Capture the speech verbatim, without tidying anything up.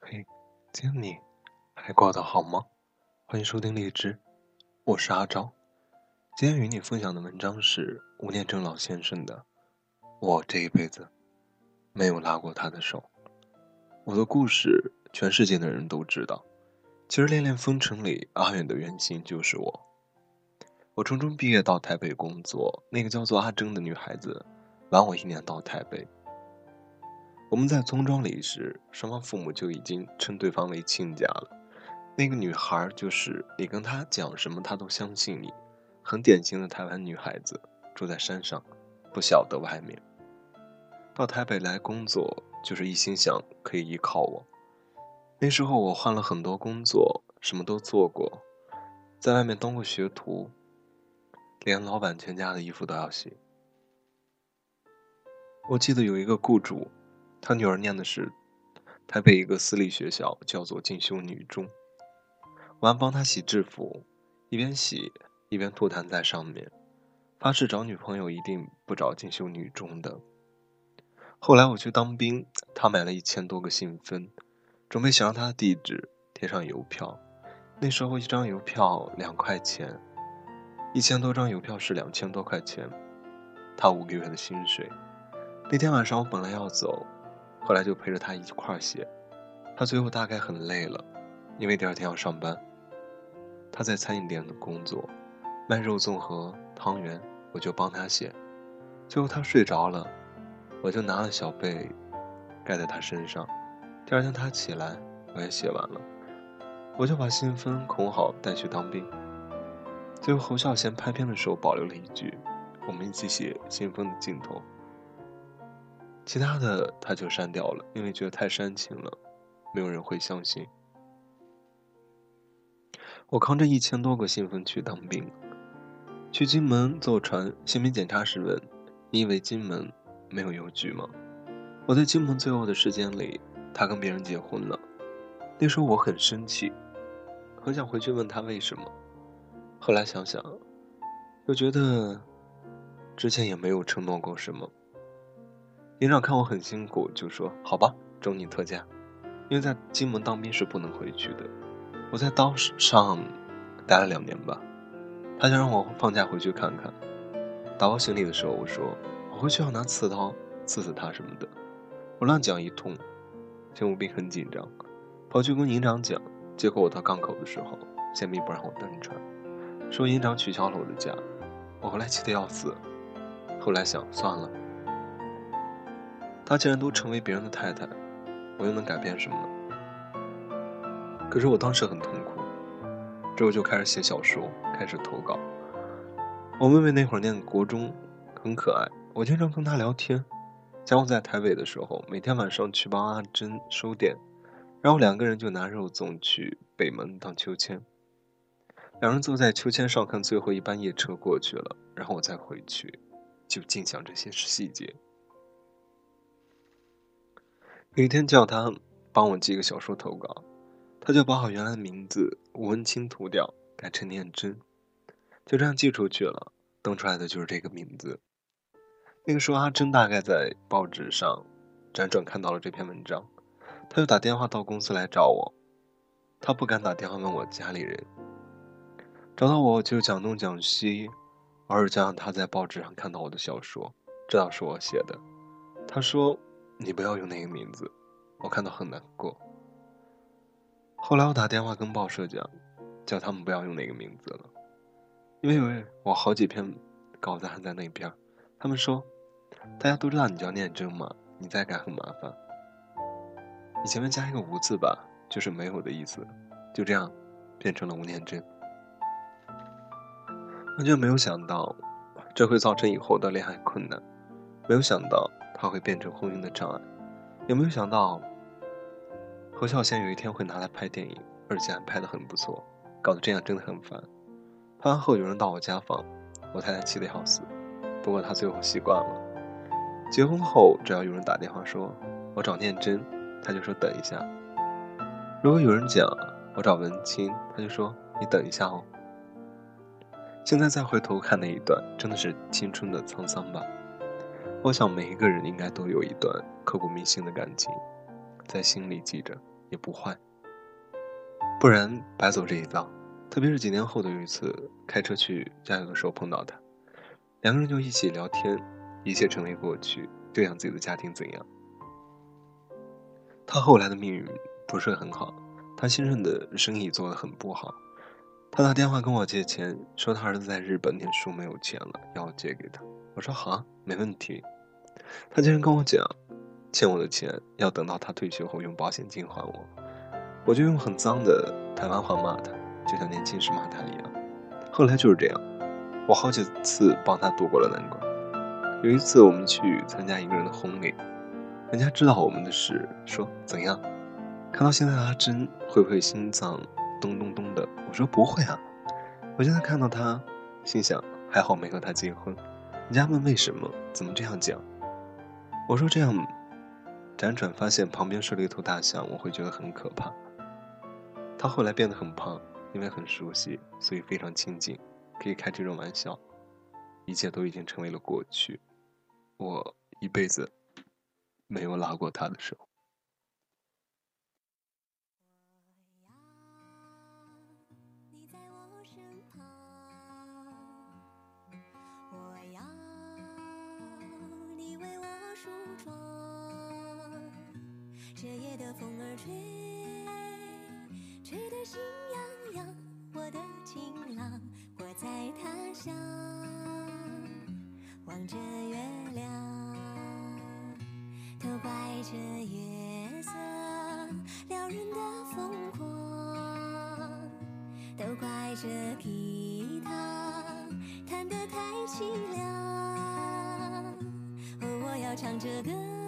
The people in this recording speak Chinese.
嘿，今天你还过得好吗？欢迎收听荔枝，我是阿昭。今天与你分享的文章是吴念真老先生的《我这一辈子没有拉过他的手》。我的故事全世界的人都知道，其实《恋恋风尘》里阿远的原型就是我。我初中毕业到台北工作，那个叫做阿珍的女孩子晚我一年到台北。我们在村庄里时，双方父母就已经称对方为亲家了。那个女孩就是你跟她讲什么她都相信你，很典型的台湾女孩子，住在山上，不晓得外面。到台北来工作，就是一心想可以依靠我。那时候我换了很多工作，什么都做过，在外面当过学徒，连老板全家的衣服都要洗。我记得有一个雇主，他女儿念的是台北一个私立学校，叫做进修女中。我还帮他洗制服，一边洗一边吐痰在上面，发誓找女朋友一定不找进修女中的。后来我去当兵，他买了一千多个信封，准备想让他的地址贴上邮票。那时候一张邮票两块钱，一千多张邮票是两千多块钱，他五个月的薪水。那天晚上我本来要走，后来就陪着他一块儿写。他最后大概很累了，因为第二天要上班。他在餐饮店的工作，卖肉粽和汤圆，我就帮他写。最后他睡着了，我就拿了小被盖在他身上。第二天他起来，我也写完了，我就把信封捆好带去当兵。最后侯孝贤拍片的时候保留了一句：我们一起写信封的镜头。其他的他就删掉了，因为觉得太煽情了，没有人会相信。我扛着一千多个信封去当兵，去金门坐船，信兵检查时问：你以为金门没有邮局吗？我在金门最后的时间里，他跟别人结婚了。那时候我很生气，很想回去问他为什么。后来想想，又觉得之前也没有承诺过什么。营长看我很辛苦，就说：好吧，周你特假，因为在金门当兵是不能回去的。我在刀上待了两年吧，他想让我放假回去看看。打包行李的时候，我说我回去要拿刺刀刺死他什么的，我乱讲一通。勤务兵很紧张，跑去跟营长讲。结果我到港口的时候，宪兵不让我登船，说营长取消了我的假。我后来气得要死，后来想算了，他既然都成为别人的太太，我又能改变什么呢？可是我当时很痛苦，之后就开始写小说，开始投稿。我妹妹那会儿念国中，很可爱，我经常跟她聊天。讲我在台北的时候，每天晚上去帮阿珍收店，然后两个人就拿肉粽去北门荡秋千。两人坐在秋千上看最后一班夜车过去了，然后我再回去，就尽享这些细节。有一天叫他帮我寄个小说投稿，他就把我原来的名字吴文清涂掉，改成念真，就这样寄出去了。登出来的就是这个名字。那个时候阿珍大概在报纸上辗转看到了这篇文章，他就打电话到公司来找我。他不敢打电话问我家里人，找到我就讲东讲西，偶尔加上他在报纸上看到我的小说，知道是我写的。他说你不要用那个名字，我看到很难过。后来我打电话跟报社讲，叫他们不要用那个名字了，因为我好几篇稿子还在那边。他们说大家都知道你叫念真嘛，你再改很麻烦，你前面加一个无字吧，就是没有的意思。就这样变成了吴念真。完全没有想到这会造成以后的恋爱困难，没有想到它会变成婚姻的障碍，也没有想到侯孝贤有一天会拿来拍电影，而且还拍得很不错，搞得这样真的很烦。拍完后有人到我家访，我太太气得要死，不过她最后习惯了。结婚后只要有人打电话说我找念真，她就说等一下。如果有人讲我找文清，她就说你等一下哦。现在再回头看那一段，真的是青春的沧桑吧。我想每一个人应该都有一段刻骨铭心的感情，在心里记着， 也不坏，不然白走这一遭。特别是几年后的有一次开车去加油的时候碰到他，两个人就一起聊天，一切成为过去，就像自己的家庭怎样。他后来的命运不是很好，他新任的生意做得很不好。他打电话跟我借钱，说他儿子在日本念书没有钱了，要我借给他。我说好，没问题。他竟然跟我讲，欠我的钱要等到他退休后用保险金还我。我就用很脏的台湾话骂他，就像年轻时骂他一样。后来就是这样，我好几次帮他度过了难关。有一次我们去参加一个人的婚礼，人家知道我们的事，说怎样？看到现在的阿珍会不会心脏咚咚咚的？我说不会啊。我现在看到他，心想还好没和他结婚。人家问为什么，怎么这样讲？我说这样辗转发现旁边睡了一头大象，我会觉得很可怕。他后来变得很胖，因为很熟悉，所以非常亲近，可以开这种玩笑。一切都已经成为了过去，我一辈子没有拉过他的手。 你在我身旁，我要你为我梳妆。这夜的风儿吹，吹得心痒痒。我的情郎，我在他乡，望着月亮，都怪这月色撩人的疯狂，都怪这吉他弹得太凄凉。哦，我要唱着歌